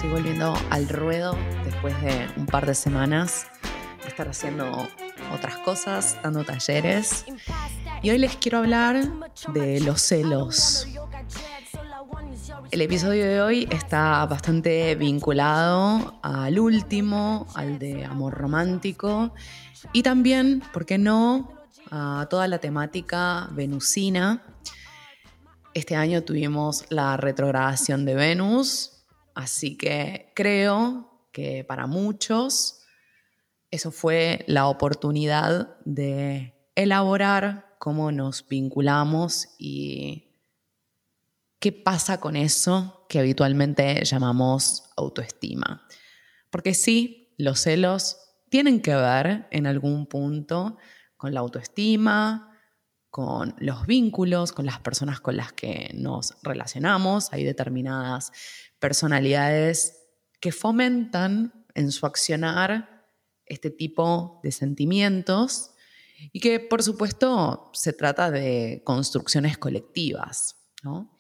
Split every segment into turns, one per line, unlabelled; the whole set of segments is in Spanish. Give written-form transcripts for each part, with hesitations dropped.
Estoy volviendo al ruedo después de un par de semanas de estar haciendo otras cosas, dando talleres. Y hoy les quiero hablar de los celos. El episodio de hoy está bastante vinculado al último, al de amor romántico, y también, ¿por qué no?, a toda la temática venusina. Este año tuvimos la retrogradación de Venus, así que creo que para muchos eso fue la oportunidad de elaborar cómo nos vinculamos y qué pasa con eso que habitualmente llamamos autoestima. Porque sí, los celos tienen que ver en algún punto con la autoestima, con los vínculos, con las personas con las que nos relacionamos. Hay determinadas personalidades que fomentan en su accionar este tipo de sentimientos y que, por supuesto, se trata de construcciones colectivas, ¿no?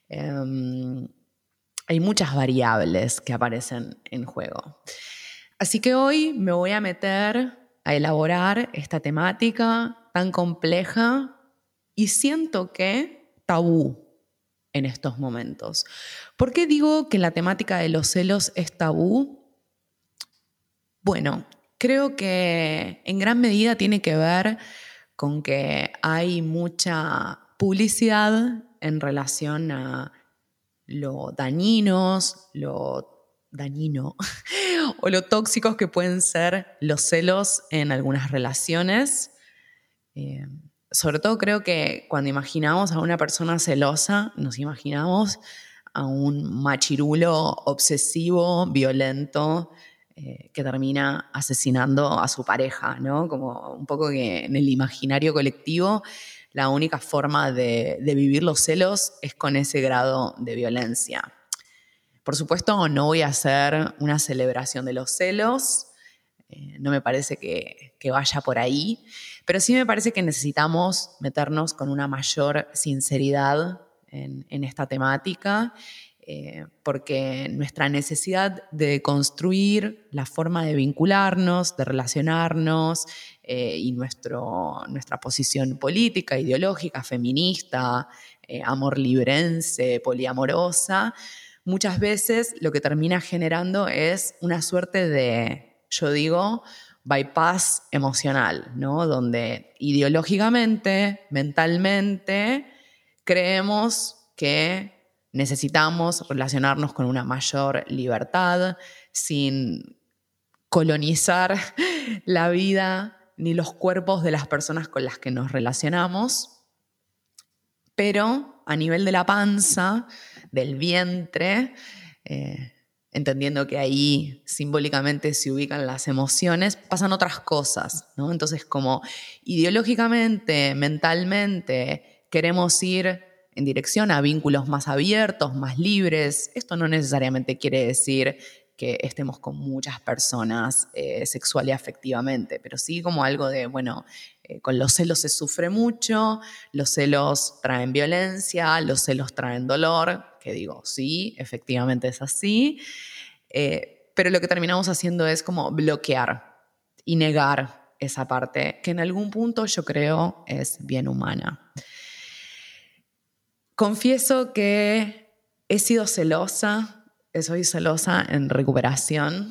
Hay muchas variables que aparecen en juego. Así que hoy me voy a meter a elaborar esta temática tan compleja y siento que tabú en estos momentos. ¿Por qué digo que la temática de los celos es tabú? Bueno, creo que en gran medida tiene que ver con que hay mucha publicidad en relación a lo dañinos, o lo tóxicos que pueden ser los celos en algunas relaciones. Sobre todo creo que cuando imaginamos a una persona celosa, nos imaginamos a un machirulo obsesivo, violento, que termina asesinando a su pareja, ¿no? Como un poco que en el imaginario colectivo la única forma de vivir los celos es con ese grado de violencia. Por supuesto, no voy a hacer una celebración de los celos, no me parece que vaya por ahí, pero sí me parece que necesitamos meternos con una mayor sinceridad en esta temática, porque nuestra necesidad de construir la forma de vincularnos, de relacionarnos, y nuestra posición política, ideológica, feminista, amor-librense, poliamorosa, muchas veces lo que termina generando es una suerte de, yo digo, bypass emocional, ¿no? Donde ideológicamente, mentalmente, creemos que necesitamos relacionarnos con una mayor libertad, sin colonizar la vida ni los cuerpos de las personas con las que nos relacionamos, pero a nivel de la panza, del vientre, entendiendo que ahí simbólicamente se ubican las emociones, pasan otras cosas, ¿no? Entonces, como ideológicamente, mentalmente, queremos ir en dirección a vínculos más abiertos, más libres. Esto no necesariamente quiere decir que estemos con muchas personas sexual y afectivamente, pero sí como algo de, bueno, con los celos se sufre mucho, los celos traen violencia, los celos traen dolor, que digo, sí, efectivamente es así, pero lo que terminamos haciendo es como bloquear y negar esa parte que en algún punto yo creo es bien humana. Confieso que he sido celosa, soy celosa en recuperación,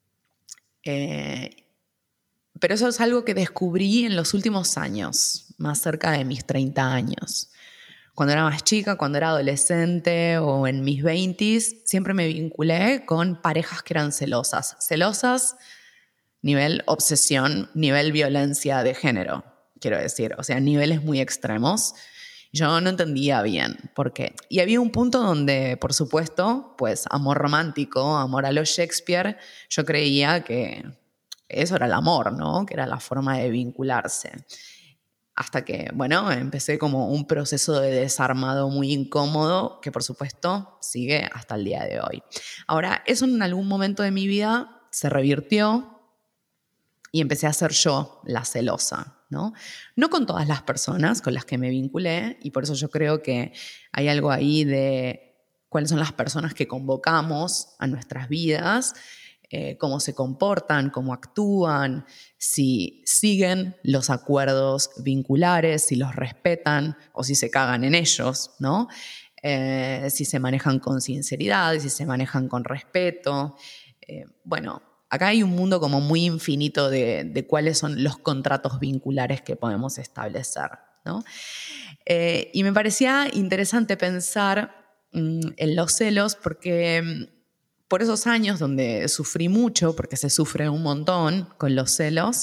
pero eso es algo que descubrí en los últimos años, más cerca de mis 30 años. Cuando era más chica, cuando era adolescente o en mis 20s, siempre me vinculé con parejas que eran celosas. Celosas, nivel obsesión, nivel violencia de género, quiero decir. O sea, niveles muy extremos. Yo no entendía bien por qué. Y había un punto donde, por supuesto, pues amor romántico, amor a lo Shakespeare, yo creía que eso era el amor, ¿no? Que era la forma de vincularse. Hasta que, bueno, empecé como un proceso de desarmado muy incómodo que, por supuesto, sigue hasta el día de hoy. Ahora, eso en algún momento de mi vida se revirtió y empecé a ser yo la celosa, ¿no? No con todas las personas con las que me vinculé, y por eso yo creo que hay algo ahí de cuáles son las personas que convocamos a nuestras vidas, cómo se comportan, cómo actúan, si siguen los acuerdos vinculares, si los respetan o si se cagan en ellos, ¿no? Si se manejan con sinceridad, si se manejan con respeto. Bueno, acá hay un mundo como muy infinito de cuáles son los contratos vinculares que podemos establecer, ¿no? Y me parecía interesante pensar en los celos porque por esos años donde sufrí mucho, porque se sufre un montón con los celos,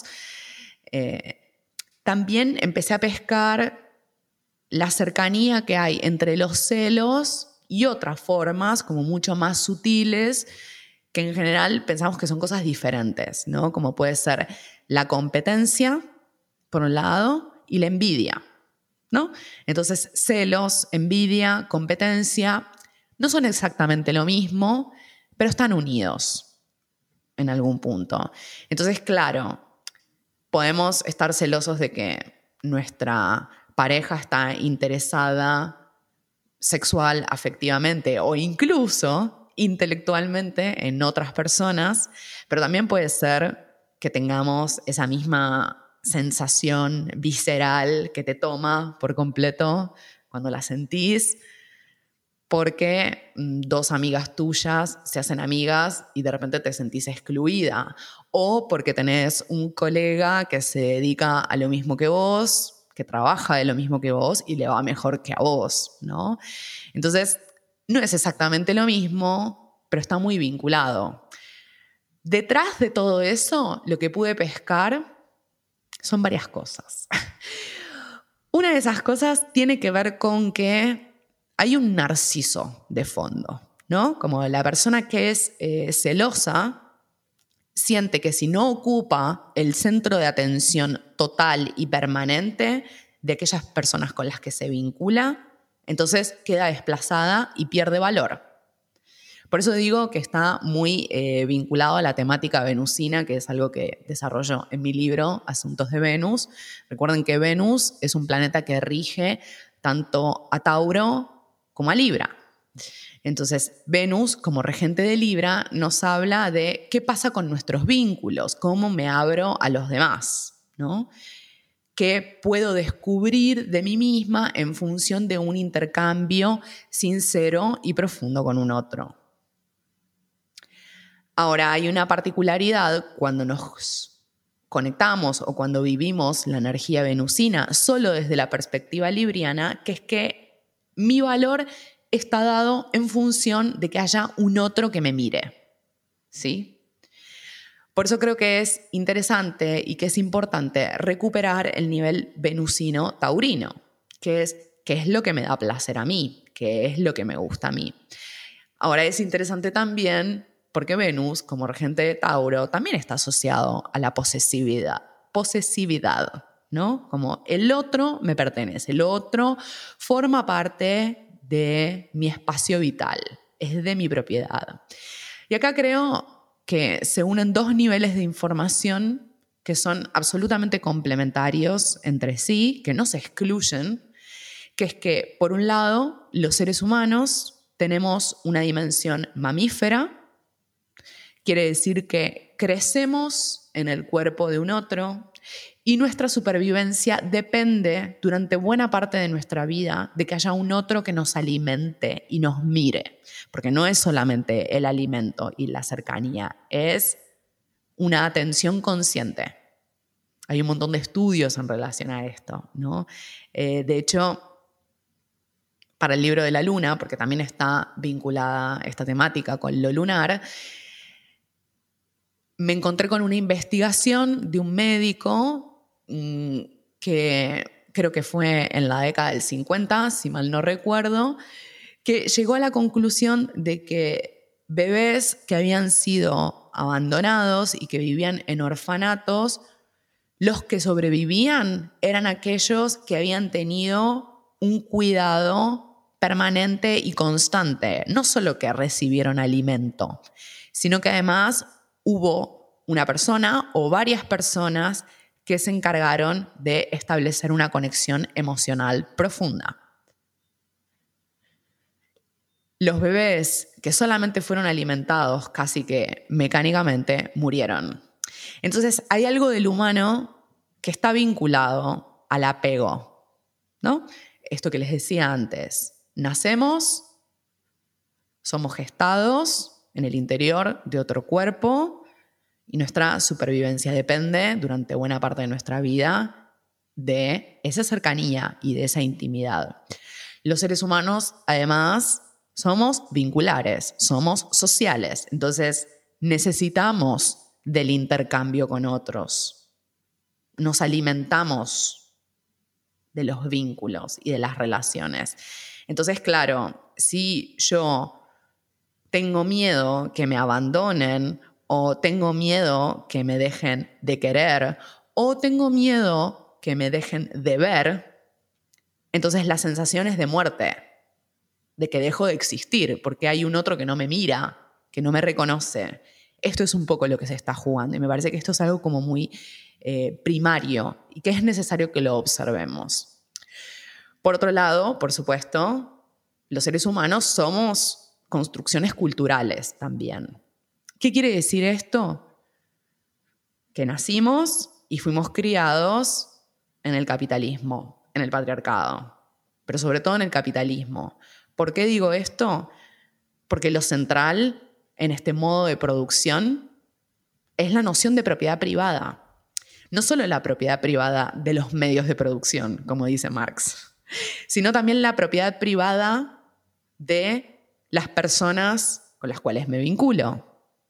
también empecé a pescar la cercanía que hay entre los celos y otras formas como mucho más sutiles que en general pensamos que son cosas diferentes, ¿no? Como puede ser la competencia, por un lado, y la envidia, ¿no? Entonces, celos, envidia, competencia no son exactamente lo mismo, pero están unidos en algún punto. Entonces, claro, podemos estar celosos de que nuestra pareja está interesada sexual, afectivamente o incluso intelectualmente en otras personas, pero también puede ser que tengamos esa misma sensación visceral que te toma por completo cuando la sentís, porque dos amigas tuyas se hacen amigas y de repente te sentís excluida, o porque tenés un colega que se dedica a lo mismo que vos, que trabaja de lo mismo que vos y le va mejor que a vos, ¿no? Entonces, no es exactamente lo mismo, pero está muy vinculado. Detrás de todo eso, lo que pude pescar son varias cosas. Una de esas cosas tiene que ver con que hay un narciso de fondo, ¿no? Como la persona que es celosa siente que si no ocupa el centro de atención total y permanente de aquellas personas con las que se vincula, entonces queda desplazada y pierde valor. Por eso digo que está muy vinculado a la temática venusina, que es algo que desarrollo en mi libro Asuntos de Venus. Recuerden que Venus es un planeta que rige tanto a Tauro como a Libra. Entonces, Venus, como regente de Libra, nos habla de qué pasa con nuestros vínculos, cómo me abro a los demás, ¿no? ¿Qué puedo descubrir de mí misma en función de un intercambio sincero y profundo con un otro? Ahora, hay una particularidad cuando nos conectamos o cuando vivimos la energía venusina solo desde la perspectiva libriana, que es que mi valor está dado en función de que haya un otro que me mire, ¿sí? Por eso creo que es interesante y que es importante recuperar el nivel venusino taurino, que es lo que me da placer a mí, que es lo que me gusta a mí. Ahora es interesante también porque Venus, como regente de Tauro, también está asociado a la posesividad, ¿no? Como el otro me pertenece, el otro forma parte de mi espacio vital, es de mi propiedad. Y acá creo que se unen dos niveles de información que son absolutamente complementarios entre sí, que no se excluyen, que es que, por un lado, los seres humanos tenemos una dimensión mamífera. Quiere decir que crecemos en el cuerpo de un otro y nuestra supervivencia depende durante buena parte de nuestra vida de que haya un otro que nos alimente y nos mire. Porque no es solamente el alimento y la cercanía, es una atención consciente. Hay un montón de estudios en relación a esto, ¿no? De hecho, para el libro de la luna, porque también está vinculada esta temática con lo lunar, me encontré con una investigación de un médico que creo que fue en la década del 50, si mal no recuerdo, que llegó a la conclusión de que bebés que habían sido abandonados y que vivían en orfanatos, los que sobrevivían eran aquellos que habían tenido un cuidado permanente y constante. No solo que recibieron alimento, sino que además hubo una persona o varias personas que se encargaron de establecer una conexión emocional profunda. Los bebés que solamente fueron alimentados casi que mecánicamente murieron. Entonces hay algo del humano que está vinculado al apego, ¿no? Esto que les decía antes, nacemos, somos gestados en el interior de otro cuerpo y nuestra supervivencia depende durante buena parte de nuestra vida de esa cercanía y de esa intimidad. Los seres humanos, además, somos vinculares, somos sociales, entonces necesitamos del intercambio con otros. Nos alimentamos de los vínculos y de las relaciones. Entonces, claro, si yo tengo miedo que me abandonen o tengo miedo que me dejen de querer o tengo miedo que me dejen de ver, entonces la sensación es de muerte, de que dejo de existir porque hay un otro que no me mira, que no me reconoce. Esto es un poco lo que se está jugando y me parece que esto es algo como muy primario y que es necesario que lo observemos. Por otro lado, por supuesto, los seres humanos somos construcciones culturales también. ¿Qué quiere decir esto? Que nacimos y fuimos criados en el capitalismo, en el patriarcado, pero sobre todo en el capitalismo. ¿Por qué digo esto? Porque lo central en este modo de producción es la noción de propiedad privada. No solo la propiedad privada de los medios de producción, como dice Marx, sino también la propiedad privada de las personas con las cuales me vinculo.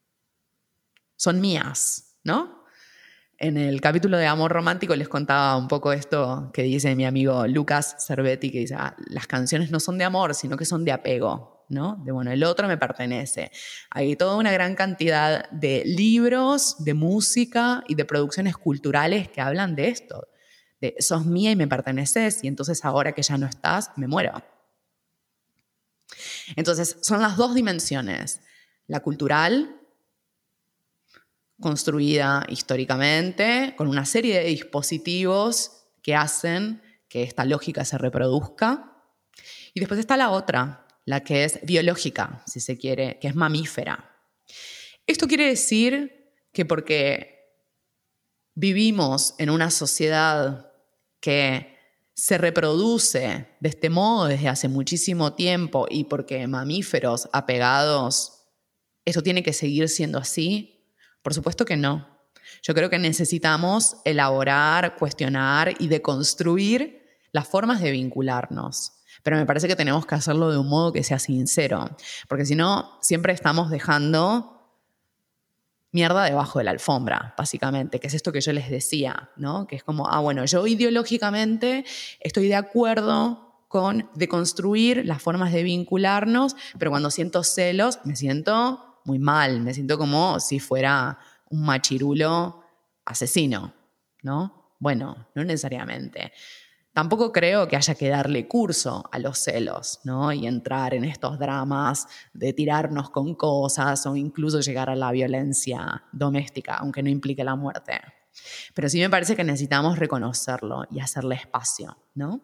Son mías, ¿no? En el capítulo de Amor Romántico les contaba un poco esto que dice mi amigo Lucas Cervetti, que dice, las canciones no son de amor, sino que son de apego, ¿no? De, bueno, el otro me pertenece. Hay toda una gran cantidad de libros, de música y de producciones culturales que hablan de esto, de sos mía y me perteneces, y entonces ahora que ya no estás, me muero. Entonces, son las dos dimensiones, la cultural, construida históricamente, con una serie de dispositivos que hacen que esta lógica se reproduzca. Y después está la otra, la que es biológica, si se quiere, que es mamífera. Esto quiere decir que porque vivimos en una sociedad que se reproduce de este modo desde hace muchísimo tiempo y porque mamíferos apegados, ¿eso tiene que seguir siendo así? Por supuesto que no. Yo creo que necesitamos elaborar, cuestionar y deconstruir las formas de vincularnos. Pero me parece que tenemos que hacerlo de un modo que sea sincero, porque si no, siempre estamos dejando mierda debajo de la alfombra, básicamente, que es esto que yo les decía, ¿no? Que es como, bueno, yo ideológicamente estoy de acuerdo con deconstruir las formas de vincularnos, pero cuando siento celos me siento muy mal, me siento como si fuera un machirulo asesino, ¿no? Bueno, no necesariamente. Tampoco creo que haya que darle curso a los celos, ¿no? Y entrar en estos dramas de tirarnos con cosas o incluso llegar a la violencia doméstica, aunque no implique la muerte. Pero sí me parece que necesitamos reconocerlo y hacerle espacio, ¿no?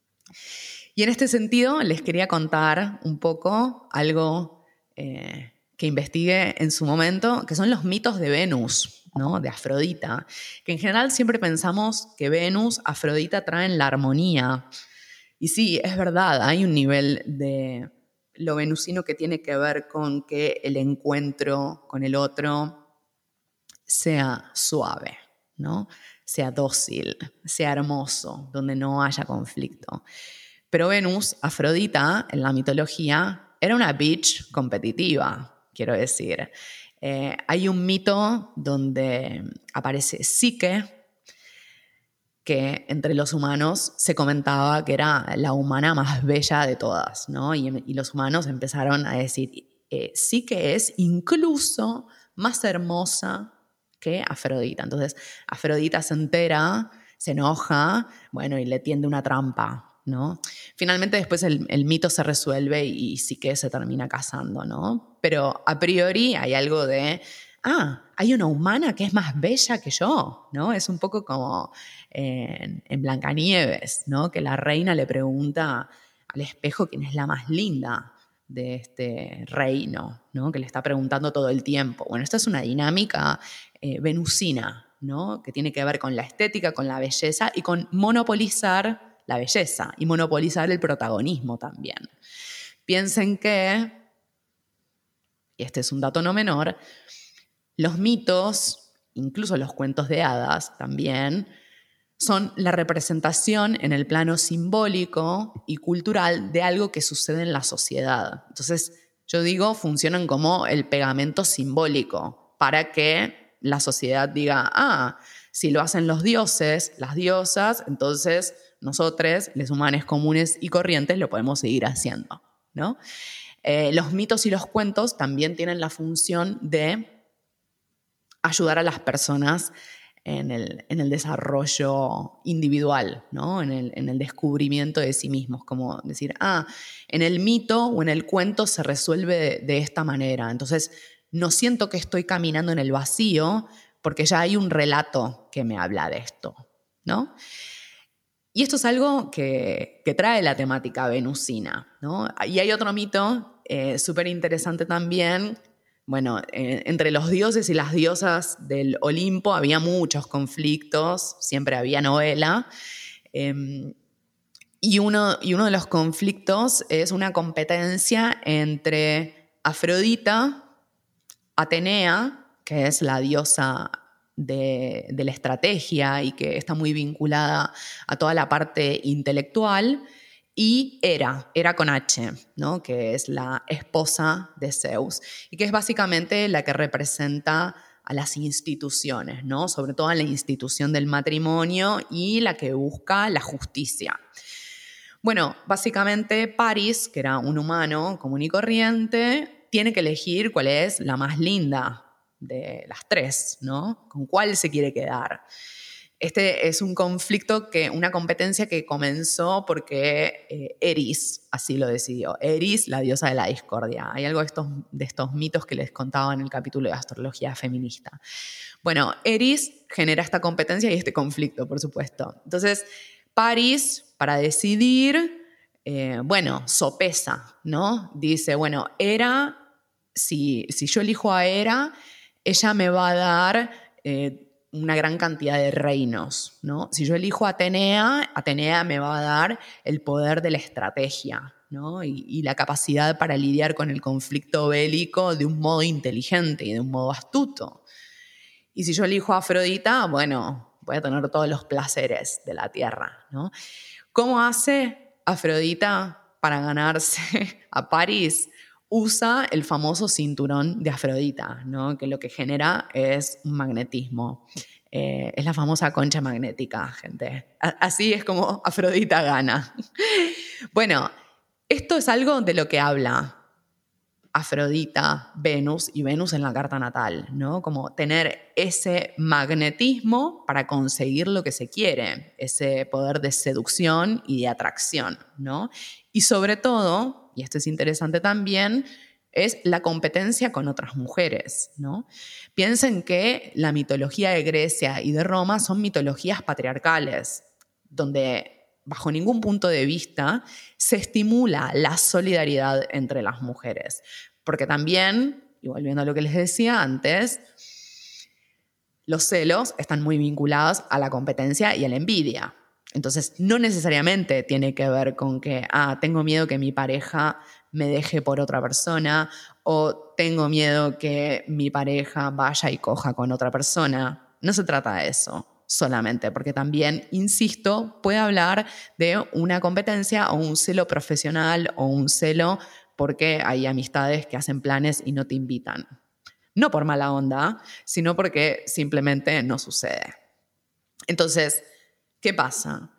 Y en este sentido les quería contar un poco algo que investigué en su momento, que son los mitos de Venus, ¿no? De Afrodita, que en general siempre pensamos que Venus, Afrodita traen la armonía. Y sí, es verdad, hay un nivel de lo venusino que tiene que ver con que el encuentro con el otro sea suave, ¿no? Sea dócil, sea hermoso, donde no haya conflicto. Pero Venus, Afrodita, en la mitología, era una bitch competitiva, quiero decir. Hay un mito donde aparece Psique, que entre los humanos se comentaba que era la humana más bella de todas, ¿no? Y los humanos empezaron a decir, Psique es incluso más hermosa que Afrodita. Entonces, Afrodita se entera, se enoja, bueno, y le tiende una trampa, ¿no? Finalmente después el mito se resuelve y sí que se termina casando, ¿no? Pero a priori hay algo de, hay una humana que es más bella que yo, ¿no? Es un poco como en Blancanieves, ¿no? Que la reina le pregunta al espejo quién es la más linda. de este reino, ¿no? Que le está preguntando todo el tiempo. Bueno, esta es una dinámica venusina, ¿no? Que tiene que ver con la estética, con la belleza y con monopolizar la belleza y monopolizar el protagonismo también. Piensen que, y este es un dato no menor, los mitos, incluso los cuentos de hadas también, son la representación en el plano simbólico y cultural de algo que sucede en la sociedad. Entonces, yo digo, funcionan como el pegamento simbólico para que la sociedad diga, si lo hacen los dioses, las diosas, entonces nosotros, los humanos comunes y corrientes, lo podemos seguir haciendo, ¿no? Los mitos y los cuentos también tienen la función de ayudar a las personas en el desarrollo individual, ¿no? en el descubrimiento de sí mismos, como decir, en el mito o en el cuento se resuelve de esta manera, entonces no siento que estoy caminando en el vacío porque ya hay un relato que me habla de esto, ¿no? Y esto es algo que trae la temática venusina, ¿no? Y hay otro mito súper interesante también. Bueno, entre los dioses y las diosas del Olimpo había muchos conflictos, siempre había novela. Y uno de los conflictos es una competencia entre Afrodita, Atenea, que es la diosa de la estrategia y que está muy vinculada a toda la parte intelectual, y Hera con H, ¿no? Que es la esposa de Zeus y que es básicamente la que representa a las instituciones, ¿no? Sobre todo a la institución del matrimonio y la que busca la justicia. Bueno, básicamente Paris, que era un humano común y corriente, tiene que elegir cuál es la más linda de las tres, ¿no? ¿Con cuál se quiere quedar? Este es un conflicto, una competencia que comenzó porque Eris así lo decidió. Eris, la diosa de la discordia. Hay algo de estos mitos que les contaba en el capítulo de astrología feminista. Bueno, Eris genera esta competencia y este conflicto, por supuesto. Entonces, Paris, para decidir, sopesa, ¿no? Dice, bueno, Hera, si yo elijo a Hera, ella me va a dar una gran cantidad de reinos, ¿no? Si yo elijo a Atenea, Atenea me va a dar el poder de la estrategia, ¿no? Y la capacidad para lidiar con el conflicto bélico de un modo inteligente y de un modo astuto. Y si yo elijo a Afrodita, bueno, voy a tener todos los placeres de la tierra, ¿no? ¿Cómo hace Afrodita para ganarse a Paris? Usa el famoso cinturón de Afrodita, ¿no? Que lo que genera es un magnetismo. Es la famosa concha magnética, gente. Así es como Afrodita gana. Bueno, esto es algo de lo que habla Afrodita, Venus y Venus en la carta natal, ¿no? Como tener ese magnetismo para conseguir lo que se quiere, ese poder de seducción y de atracción, ¿no? Y sobre todo, y esto es interesante también, es la competencia con otras mujeres, ¿no? Piensen que la mitología de Grecia y de Roma son mitologías patriarcales, donde bajo ningún punto de vista se estimula la solidaridad entre las mujeres. Porque también, y volviendo a lo que les decía antes, los celos están muy vinculados a la competencia y a la envidia. Entonces, no necesariamente tiene que ver con que, tengo miedo que mi pareja me deje por otra persona o tengo miedo que mi pareja vaya y coja con otra persona. No se trata de eso solamente, porque también, insisto, puede hablar de una competencia o un celo profesional o un celo porque hay amistades que hacen planes y no te invitan. No por mala onda, sino porque simplemente no sucede. Entonces, ¿qué pasa?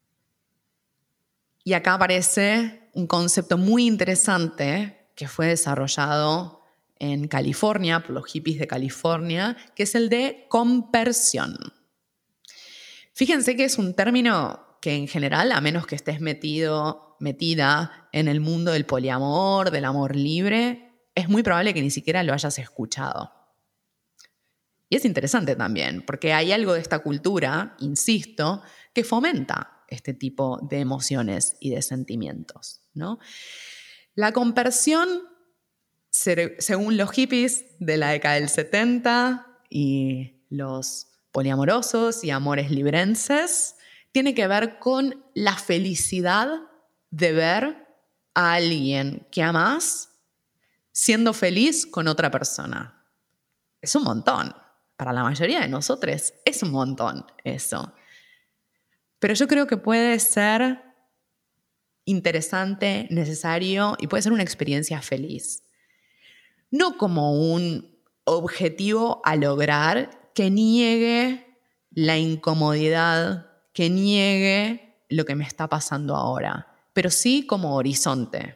Y acá aparece un concepto muy interesante que fue desarrollado en California, por los hippies de California, que es el de compersión. Fíjense que es un término que en general, a menos que estés metida en el mundo del poliamor, del amor libre, es muy probable que ni siquiera lo hayas escuchado. Y es interesante también, porque hay algo de esta cultura, insisto, que fomenta este tipo de emociones y de sentimientos, ¿no? La compersión, según los hippies de la década del 70 y los poliamorosos y amores librenses, tiene que ver con la felicidad de ver a alguien que amás siendo feliz con otra persona. Es un montón. Para la mayoría de nosotros es un montón eso. Pero yo creo que puede ser interesante, necesario y puede ser una experiencia feliz. No como un objetivo a lograr que niegue la incomodidad, que niegue lo que me está pasando ahora, pero sí como horizonte.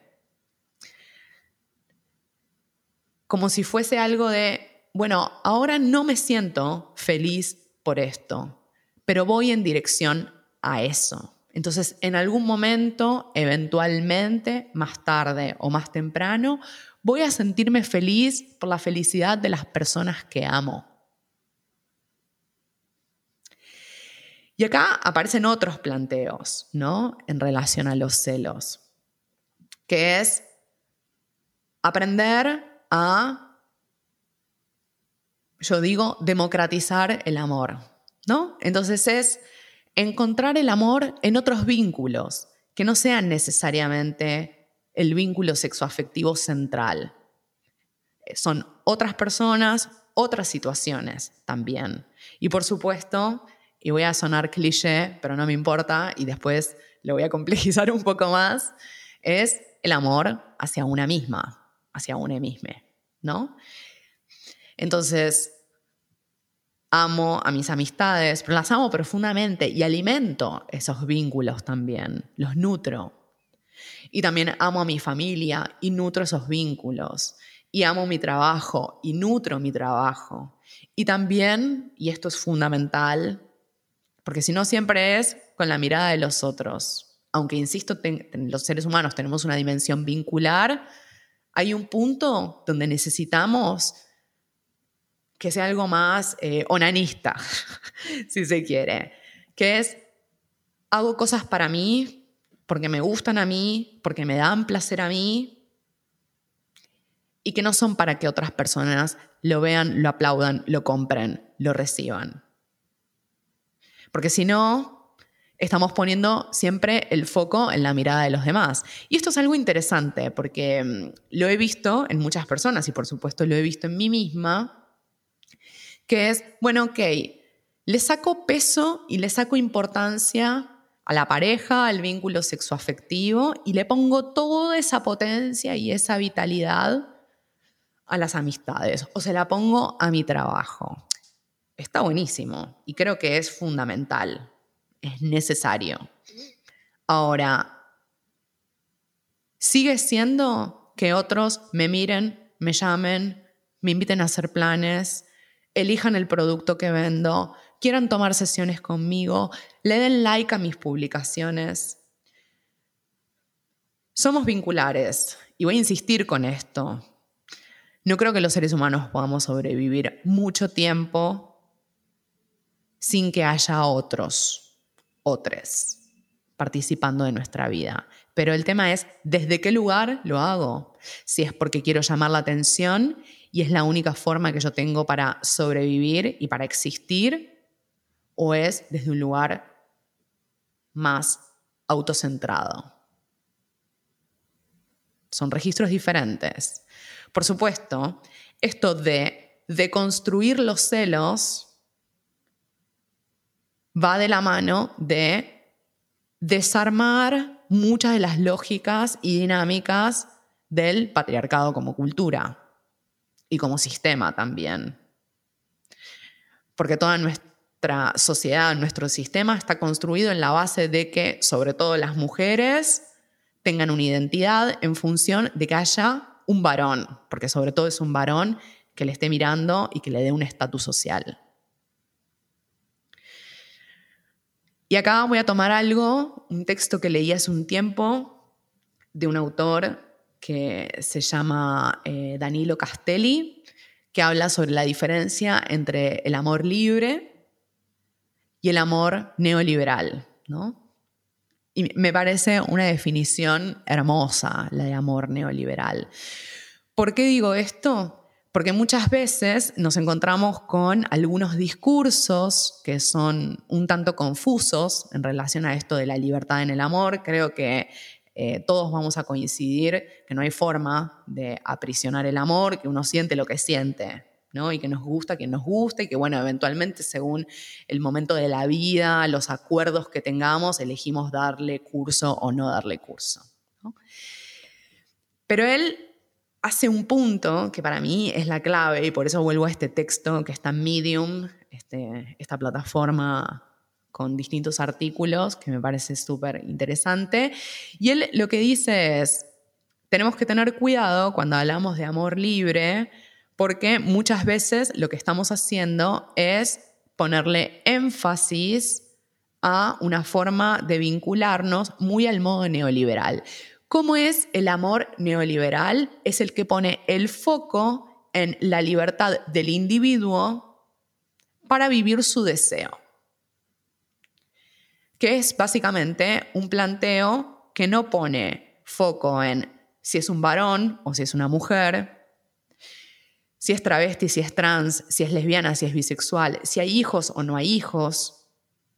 Como si fuese algo de, bueno, ahora no me siento feliz por esto, pero voy en dirección a eso. Entonces, en algún momento, eventualmente, más tarde o más temprano, voy a sentirme feliz por la felicidad de las personas que amo. Y acá aparecen otros planteos, ¿no? En relación a los celos, que es aprender a, yo digo, democratizar el amor, ¿no? Entonces es encontrar el amor en otros vínculos, que no sean necesariamente el vínculo sexoafectivo central. Son otras personas, otras situaciones también. Y por supuesto, y voy a sonar cliché, pero no me importa, y después lo voy a complejizar un poco más, es el amor hacia una misma, hacia una misma, ¿no? Entonces, amo a mis amistades, pero las amo profundamente y alimento esos vínculos también, los nutro. Y también amo a mi familia y nutro esos vínculos. Y amo mi trabajo y nutro mi trabajo. Y también, y esto es fundamental, porque si no siempre es con la mirada de los otros. Aunque, insisto, los seres humanos tenemos una dimensión vincular, hay un punto donde necesitamos que sea algo más onanista, si se quiere, que es, hago cosas para mí, porque me gustan a mí, porque me dan placer a mí, y que no son para que otras personas lo vean, lo aplaudan, lo compren, lo reciban. Porque si no, estamos poniendo siempre el foco en la mirada de los demás. Y esto es algo interesante, porque lo he visto en muchas personas, y por supuesto lo he visto en mí misma, que es, bueno, ok, le saco peso y le saco importancia a la pareja, al vínculo sexoafectivo, y le pongo toda esa potencia y esa vitalidad a las amistades, o se la pongo a mi trabajo. Está buenísimo y creo que es fundamental, es necesario. Ahora, sigue siendo que otros me miren, me llamen, me inviten a hacer planes, elijan el producto que vendo, quieran tomar sesiones conmigo, le den like a mis publicaciones. Somos vinculares y voy a insistir con esto. No creo que los seres humanos podamos sobrevivir mucho tiempo sin que haya otros participando de nuestra vida. Pero el tema es, ¿desde qué lugar lo hago? Si es porque quiero llamar la atención y es la única forma que yo tengo para sobrevivir y para existir, o es desde un lugar más autocentrado. Son registros diferentes. Por supuesto, esto de deconstruir los celos va de la mano de desarmar muchas de las lógicas y dinámicas del patriarcado como cultura y como sistema también. Porque toda nuestra sociedad, nuestro sistema está construido en la base de que, sobre todo las mujeres, tengan una identidad en función de que haya un varón, porque sobre todo es un varón que le esté mirando y que le dé un estatus social. Y acá voy a tomar un texto que leí hace un tiempo de un autor que se llama Danilo Castelli, que habla sobre la diferencia entre el amor libre y el amor neoliberal, ¿no? Y me parece una definición hermosa, la de amor neoliberal. ¿Por qué digo esto? Porque muchas veces nos encontramos con algunos discursos que son un tanto confusos en relación a esto de la libertad en el amor. Creo que todos vamos a coincidir que no hay forma de aprisionar el amor, que uno siente lo que siente, ¿no? Y que nos gusta quien nos gusta y que, bueno, eventualmente según el momento de la vida, los acuerdos que tengamos, elegimos darle curso o no darle curso, ¿no? Pero él hace un punto que para mí es la clave y por eso vuelvo a este texto que está en Medium, esta plataforma con distintos artículos que me parece súper interesante. Y él lo que dice es, tenemos que tener cuidado cuando hablamos de amor libre porque muchas veces lo que estamos haciendo es ponerle énfasis a una forma de vincularnos muy al modo neoliberal. ¿Cómo es el amor neoliberal? Es el que pone el foco en la libertad del individuo para vivir su deseo, que es básicamente un planteo que no pone foco en si es un varón o si es una mujer, si es travesti, si es trans, si es lesbiana, si es bisexual, si hay hijos o no hay hijos.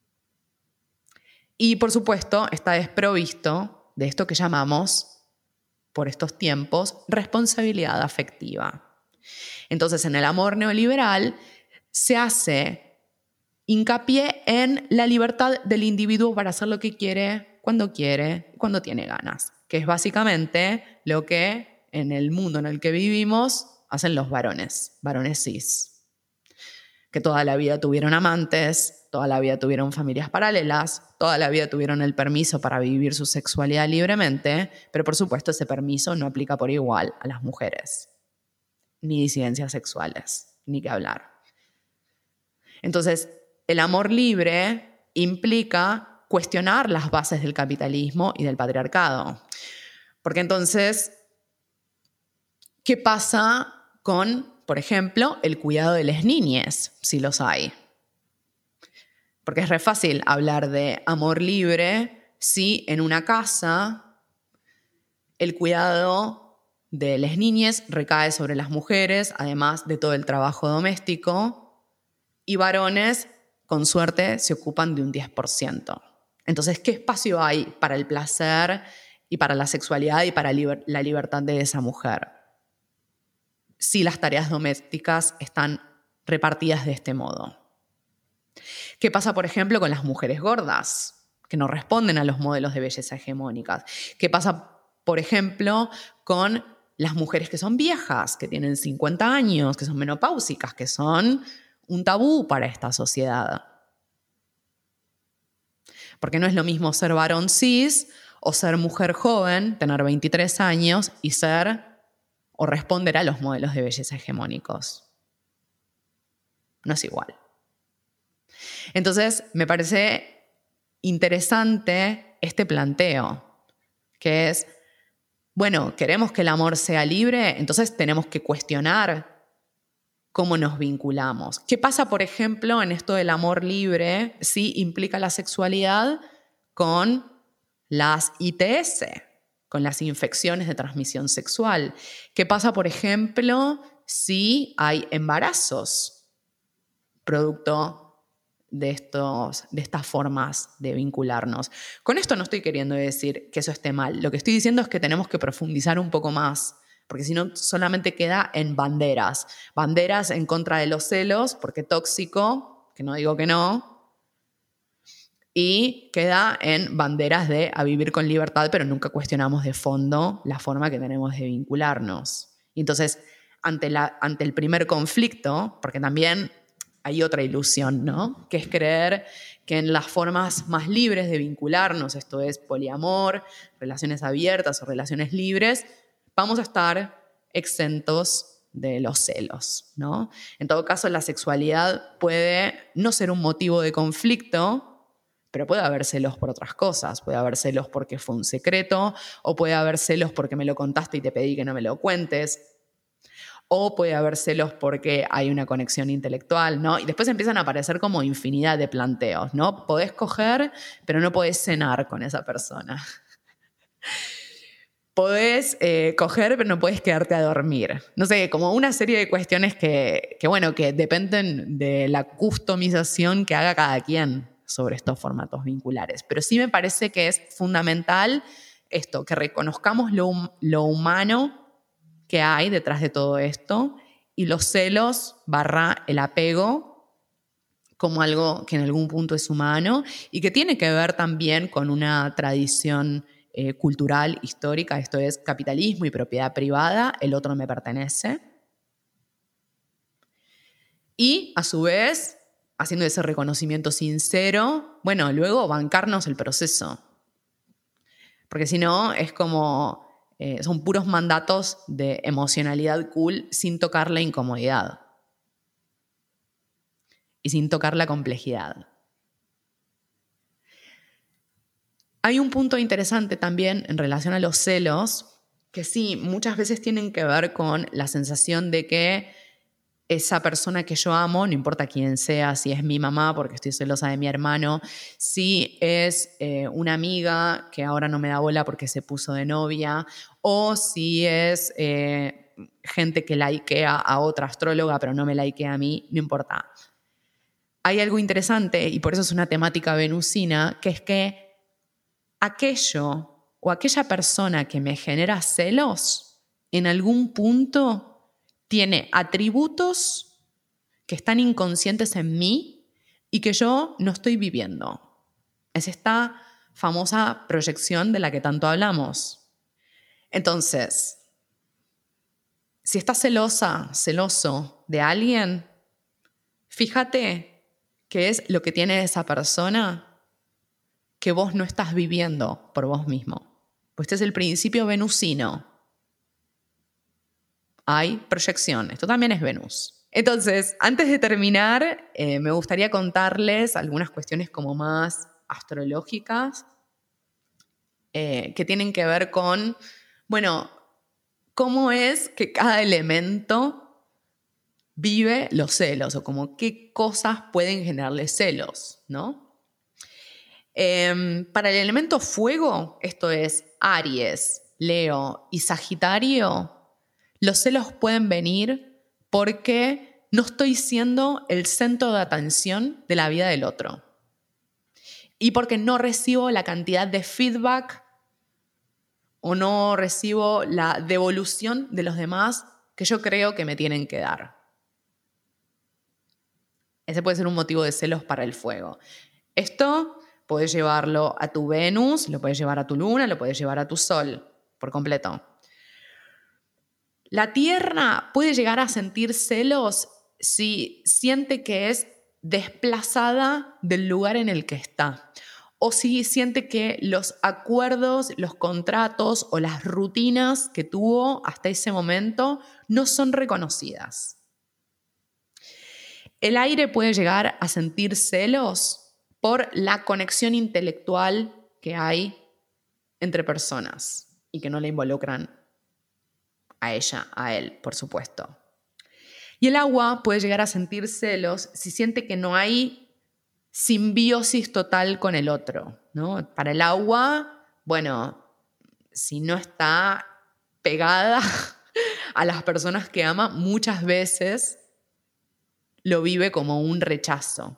Y por supuesto está desprovisto de esto que llamamos, por estos tiempos, responsabilidad afectiva. Entonces, en el amor neoliberal se hace hincapié en la libertad del individuo para hacer lo que quiere, cuando tiene ganas, que es básicamente lo que en el mundo en el que vivimos hacen los varones cis, que toda la vida tuvieron amantes, toda la vida tuvieron familias paralelas, toda la vida tuvieron el permiso para vivir su sexualidad libremente, pero por supuesto ese permiso no aplica por igual a las mujeres, ni disidencias sexuales, ni que hablar. Entonces, el amor libre implica cuestionar las bases del capitalismo y del patriarcado. Porque entonces, ¿qué pasa con, por ejemplo, el cuidado de las niñas, si los hay? Porque es re fácil hablar de amor libre si en una casa el cuidado de las niñas recae sobre las mujeres, además de todo el trabajo doméstico, y varones, con suerte, se ocupan de un 10%. Entonces, ¿qué espacio hay para el placer y para la sexualidad y para la libertad de esa mujer si las tareas domésticas están repartidas de este modo? ¿Qué pasa, por ejemplo, con las mujeres gordas, que no responden a los modelos de belleza hegemónicas? ¿Qué pasa, por ejemplo, con las mujeres que son viejas, que tienen 50 años, que son menopáusicas, que son un tabú para esta sociedad? Porque no es lo mismo ser varón cis o ser mujer joven, tener 23 años y ser o responder a los modelos de belleza hegemónicos. No es igual. Entonces, me parece interesante este planteo, que es, bueno, queremos que el amor sea libre, entonces tenemos que cuestionar cómo nos vinculamos. ¿Qué pasa, por ejemplo, en esto del amor libre si implica la sexualidad con las ITS, con las infecciones de transmisión sexual? ¿Qué pasa, por ejemplo, si hay embarazos producto de estas formas de vincularnos? Con esto no estoy queriendo decir que eso esté mal. Lo que estoy diciendo es que tenemos que profundizar un poco más, porque si no solamente queda en banderas. Banderas en contra de los celos, porque tóxico, que no digo que no, y queda en banderas de a vivir con libertad, pero nunca cuestionamos de fondo la forma que tenemos de vincularnos. Y entonces, ante el primer conflicto, porque también hay otra ilusión, ¿no? Que es creer que en las formas más libres de vincularnos, esto es poliamor, relaciones abiertas o relaciones libres, vamos a estar exentos de los celos, ¿no? En todo caso, la sexualidad puede no ser un motivo de conflicto, pero puede haber celos por otras cosas. Puede haber celos porque fue un secreto, o puede haber celos porque me lo contaste y te pedí que no me lo cuentes. o puede haber celos porque hay una conexión intelectual, ¿no? Y después empiezan a aparecer como infinidad de planteos, ¿no? Podés coger, pero no podés cenar con esa persona. Podés coger, pero no podés quedarte a dormir. No sé, como una serie de cuestiones que dependen de la customización que haga cada quien sobre estos formatos vinculares. Pero sí me parece que es fundamental esto, que reconozcamos lo humano que hay detrás de todo esto y los celos / el apego como algo que en algún punto es humano y que tiene que ver también con una tradición cultural, histórica, esto es capitalismo y propiedad privada, el otro me pertenece. Y a su vez, haciendo ese reconocimiento sincero, bueno, luego bancarnos el proceso. Porque si no, es como, son puros mandatos de emocionalidad cool sin tocar la incomodidad y sin tocar la complejidad. Hay un punto interesante también en relación a los celos, que sí, muchas veces tienen que ver con la sensación de que esa persona que yo amo, no importa quién sea, si es mi mamá porque estoy celosa de mi hermano, si es una amiga que ahora no me da bola porque se puso de novia, o si es gente que likea a otra astróloga pero no me likea a mí, no importa. Hay algo interesante, y por eso es una temática venusina, que es que aquello o aquella persona que me genera celos, en algún punto tiene atributos que están inconscientes en mí y que yo no estoy viviendo. Es esta famosa proyección de la que tanto hablamos. Entonces, si estás celosa, celoso de alguien, fíjate qué es lo que tiene esa persona que vos no estás viviendo por vos mismo. Pues este es el principio venusino. Hay proyección. Esto también es Venus. Entonces, antes de terminar, me gustaría contarles algunas cuestiones como más astrológicas que tienen que ver con, bueno, cómo es que cada elemento vive los celos o como qué cosas pueden generarle celos, ¿no? Para el elemento fuego, esto es Aries, Leo y Sagitario, los celos pueden venir porque no estoy siendo el centro de atención de la vida del otro y porque no recibo la cantidad de feedback o no recibo la devolución de los demás que yo creo que me tienen que dar. Ese puede ser un motivo de celos para el fuego. Esto puedes llevarlo a tu Venus, lo puedes llevar a tu Luna, lo puedes llevar a tu Sol, por completo. La Tierra puede llegar a sentir celos si siente que es desplazada del lugar en el que está, o si siente que los acuerdos, los contratos o las rutinas que tuvo hasta ese momento no son reconocidas. El aire puede llegar a sentir celos por la conexión intelectual que hay entre personas y que no le involucran a ella, a él, por supuesto. Y el agua puede llegar a sentir celos si siente que no hay simbiosis total con el otro, ¿no? Para el agua, bueno, si no está pegada a las personas que ama, muchas veces lo vive como un rechazo.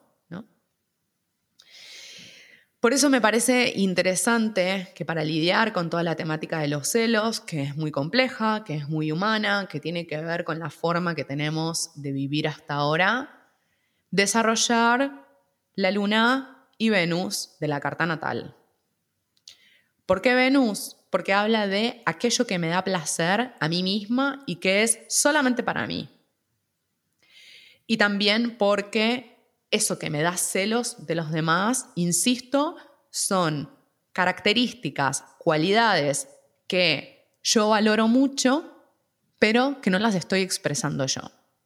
Por eso me parece interesante que para lidiar con toda la temática de los celos, que es muy compleja, que es muy humana, que tiene que ver con la forma que tenemos de vivir hasta ahora, desarrollar la Luna y Venus de la carta natal. ¿Por qué Venus? Porque habla de aquello que me da placer a mí misma y que es solamente para mí. Y también porque eso que me da celos de los demás, insisto, son características, cualidades que yo valoro mucho, pero que no las estoy expresando yo.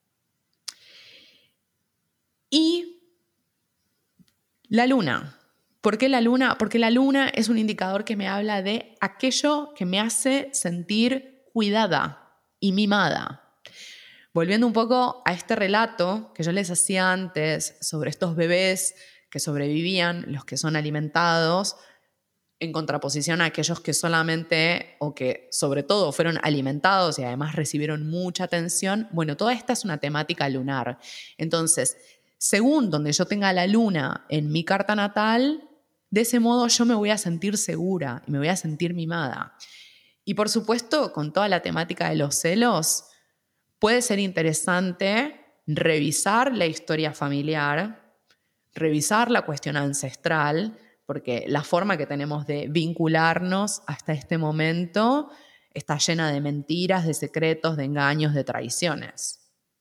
Y la luna. ¿Por qué la luna? Porque la luna es un indicador que me habla de aquello que me hace sentir cuidada y mimada. Volviendo un poco a este relato que yo les hacía antes sobre estos bebés que sobrevivían, los que son alimentados, en contraposición a aquellos que solamente o que sobre todo fueron alimentados y además recibieron mucha atención. Bueno, toda esta es una temática lunar. Entonces, según donde yo tenga la luna en mi carta natal, de ese modo yo me voy a sentir segura y me voy a sentir mimada. Y por supuesto, con toda la temática de los celos, puede ser interesante revisar la historia familiar, revisar la cuestión ancestral, porque la forma que tenemos de vincularnos hasta este momento está llena de mentiras, de secretos, de engaños, de traiciones.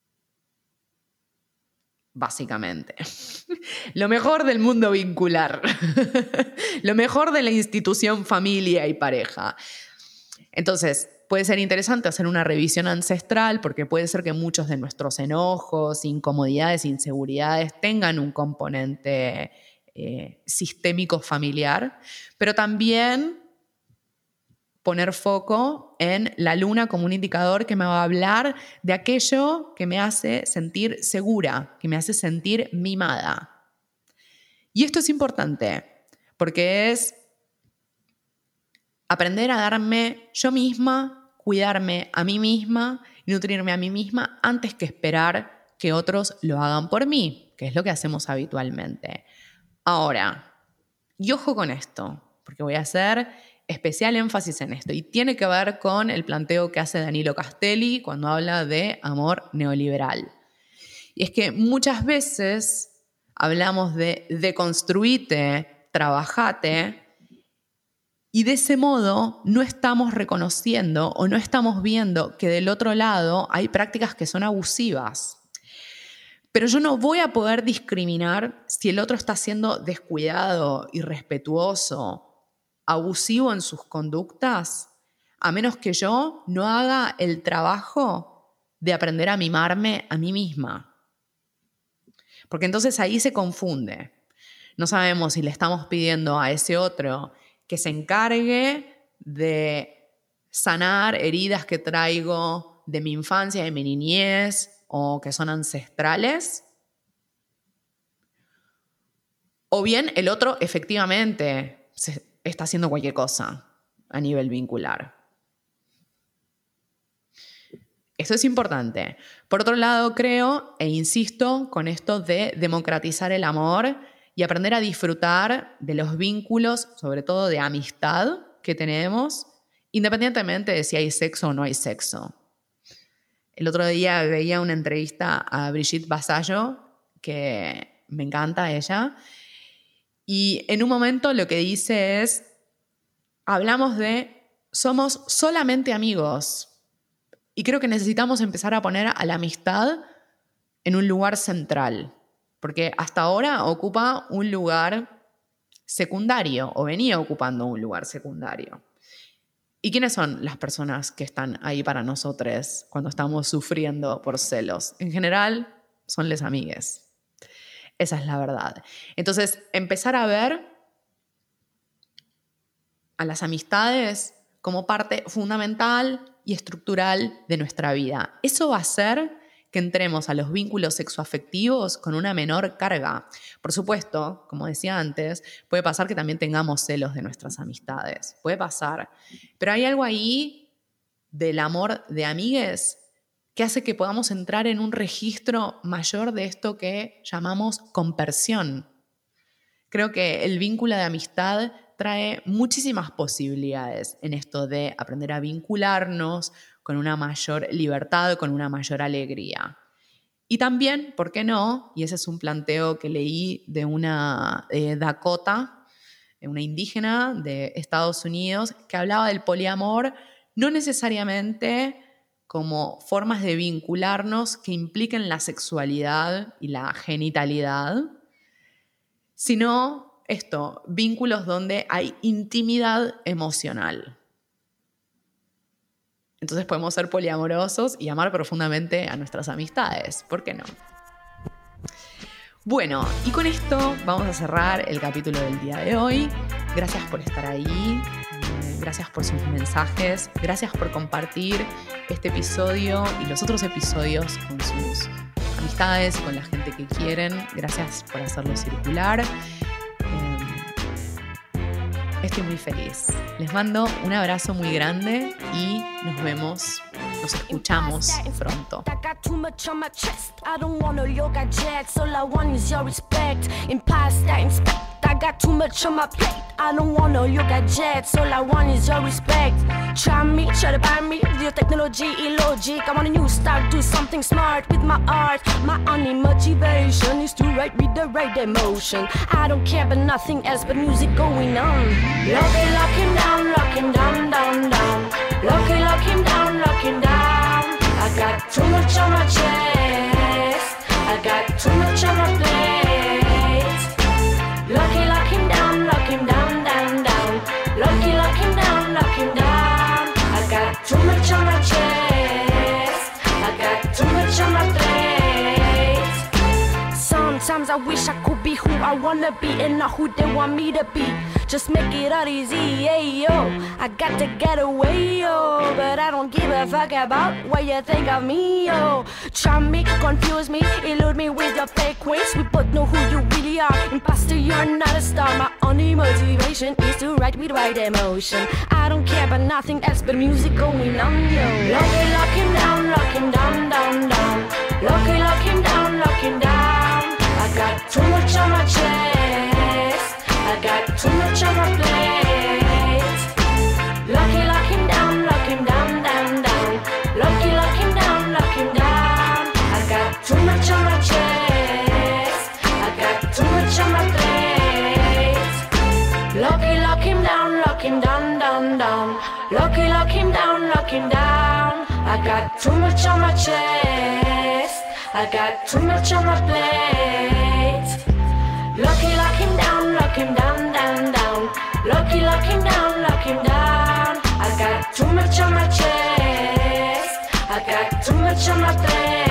Básicamente. Lo mejor del mundo vincular. Lo mejor de la institución familia y pareja. Entonces, puede ser interesante hacer una revisión ancestral porque puede ser que muchos de nuestros enojos, incomodidades, inseguridades tengan un componente sistémico familiar, pero también poner foco en la luna como un indicador que me va a hablar de aquello que me hace sentir segura, que me hace sentir mimada. Y esto es importante porque es aprender a darme yo misma, cuidarme a mí misma y nutrirme a mí misma antes que esperar que otros lo hagan por mí, que es lo que hacemos habitualmente. Ahora, y ojo con esto, porque voy a hacer especial énfasis en esto y tiene que ver con el planteo que hace Danilo Castelli cuando habla de amor neoliberal. Y es que muchas veces hablamos de deconstruite, trabajate, y de ese modo no estamos reconociendo o no estamos viendo que del otro lado hay prácticas que son abusivas. Pero yo no voy a poder discriminar si el otro está siendo descuidado, irrespetuoso, abusivo en sus conductas, a menos que yo no haga el trabajo de aprender a mimarme a mí misma. Porque entonces ahí se confunde. No sabemos si le estamos pidiendo a ese otro que se encargue de sanar heridas que traigo de mi infancia, de mi niñez, o que son ancestrales, o bien el otro efectivamente está haciendo cualquier cosa a nivel vincular. Esto es importante. Por otro lado, creo e insisto con esto de democratizar el amor y aprender a disfrutar de los vínculos, sobre todo de amistad que tenemos, independientemente de si hay sexo o no hay sexo. El otro día veía una entrevista a Brigitte Vasallo, que me encanta ella, y en un momento lo que dice es, hablamos de somos solamente amigos, y creo que necesitamos empezar a poner a la amistad en un lugar central, porque hasta ahora ocupa un lugar secundario, o venía ocupando un lugar secundario. ¿Y quiénes son las personas que están ahí para nosotros cuando estamos sufriendo por celos? En general, son les amigues. Esa es la verdad. Entonces, empezar a ver a las amistades como parte fundamental y estructural de nuestra vida. Eso va a hacer que entremos a los vínculos sexoafectivos con una menor carga. Por supuesto, como decía antes, puede pasar que también tengamos celos de nuestras amistades. Puede pasar. Pero hay algo ahí del amor de amigues que hace que podamos entrar en un registro mayor de esto que llamamos compersión. Creo que el vínculo de amistad trae muchísimas posibilidades en esto de aprender a vincularnos con una mayor libertad, con una mayor alegría. Y también, ¿por qué no? Y ese es un planteo que leí de una Dakota, una indígena de Estados Unidos, que hablaba del poliamor, no necesariamente como formas de vincularnos que impliquen la sexualidad y la genitalidad, sino vínculos donde hay intimidad emocional. Entonces podemos ser poliamorosos y amar profundamente a nuestras amistades. ¿Por qué no? Bueno, y con esto vamos a cerrar el capítulo del día de hoy. Gracias por estar ahí. gracias por sus mensajes, gracias por compartir este episodio y los otros episodios con sus amistades, con la gente que quieren. Gracias por hacerlo circular. Estoy muy feliz. Les mando un abrazo muy grande y nos vemos, nos escuchamos pronto. I got too much on my plate. I don't want all your gadgets. All I want is your respect. Try me, try to buy me. Your technology illogic. I want a new start, do something smart with my art. My only motivation is to write with the right emotion. I don't care about nothing else but music going on. Lock him down, down, down. Lock him down, down. I got too much on my chest. I got too much on my plate. Lock him down, down, down. Lock him down. I got too much on my chest. I got too much on my plate. Sometimes I wish I could be who I wanna be and not who they want me to be. Just make it all easy, yo. I got to get away, yo. But I don't give a fuck about what you think of me, yo. Charm me, confuse me, elude me with your fake ways. We both know who you really are. Imposter, you're not a star. My only motivation is to write with right emotion. I don't care about nothing else but music going on, yo. Lock him down, down, down. Lock him down. I got too much on my chest. I got too much on my plate. Lock him down, down, down. Lock him down. I got too much on my chest. I got too much on my plate. Lock him down, down, down. Lock him down. I got too much on my chest. I got too much on my plate. Lock him down, down, down. Lock him down. I got too much on my chest. I got too much on my plate.